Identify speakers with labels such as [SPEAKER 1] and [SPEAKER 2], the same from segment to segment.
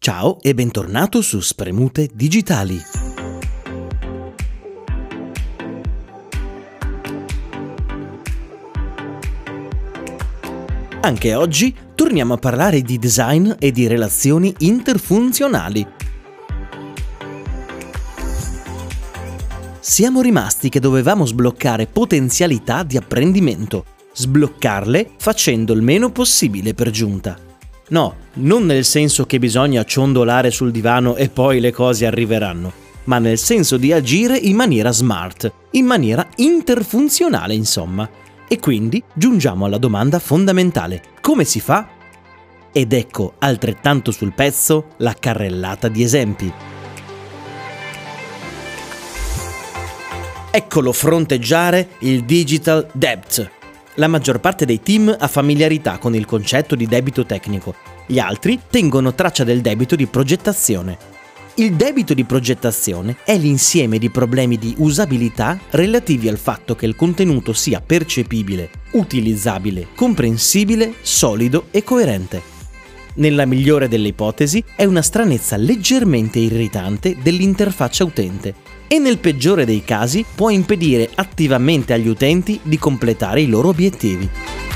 [SPEAKER 1] Ciao e bentornato su Spremute Digitali. Anche oggi torniamo a parlare di design e di relazioni interfunzionali. Siamo rimasti che dovevamo sbloccare potenzialità di apprendimento, sbloccarle facendo il meno possibile per giunta. No, non nel senso che bisogna ciondolare sul divano e poi le cose arriveranno, ma nel senso di agire in maniera smart, in maniera interfunzionale insomma. E quindi giungiamo alla domanda fondamentale: come si fa? Ed ecco, altrettanto sul pezzo, la carrellata di esempi. Eccolo fronteggiare il digital debt. La maggior parte dei team ha familiarità con il concetto di debito tecnico, gli altri tengono traccia del debito di progettazione. Il debito di progettazione è l'insieme di problemi di usabilità relativi al fatto che il contenuto sia percepibile, utilizzabile, comprensibile, solido e coerente. Nella migliore delle ipotesi è una stranezza leggermente irritante dell'interfaccia utente e nel peggiore dei casi può impedire attivamente agli utenti di completare i loro obiettivi.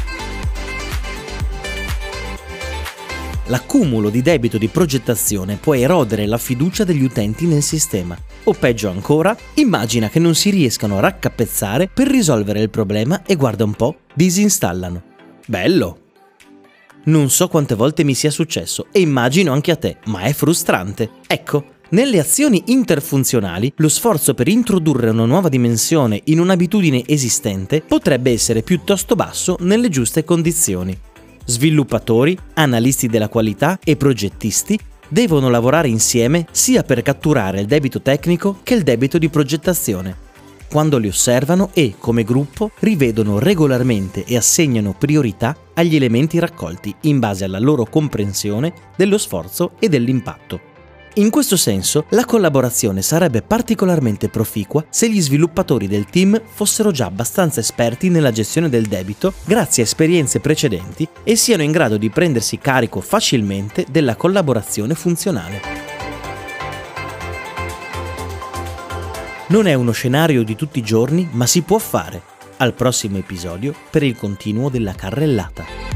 [SPEAKER 1] L'accumulo di debito di progettazione può erodere la fiducia degli utenti nel sistema, o peggio ancora, immagina che non si riescano a raccapezzare per risolvere il problema e guarda un po', disinstallano. Bello! Non so quante volte mi sia successo e immagino anche a te, ma è frustrante. Ecco, nelle azioni interfunzionali, lo sforzo per introdurre una nuova dimensione in un'abitudine esistente potrebbe essere piuttosto basso nelle giuste condizioni. Sviluppatori, analisti della qualità e progettisti devono lavorare insieme sia per catturare il debito tecnico che il debito di progettazione. Quando li osservano e, come gruppo, rivedono regolarmente e assegnano priorità agli elementi raccolti in base alla loro comprensione dello sforzo e dell'impatto. In questo senso, la collaborazione sarebbe particolarmente proficua se gli sviluppatori del team fossero già abbastanza esperti nella gestione del debito grazie a esperienze precedenti e siano in grado di prendersi carico facilmente della collaborazione funzionale. Non è uno scenario di tutti i giorni, ma si può fare. Al prossimo episodio per il continuo della carrellata.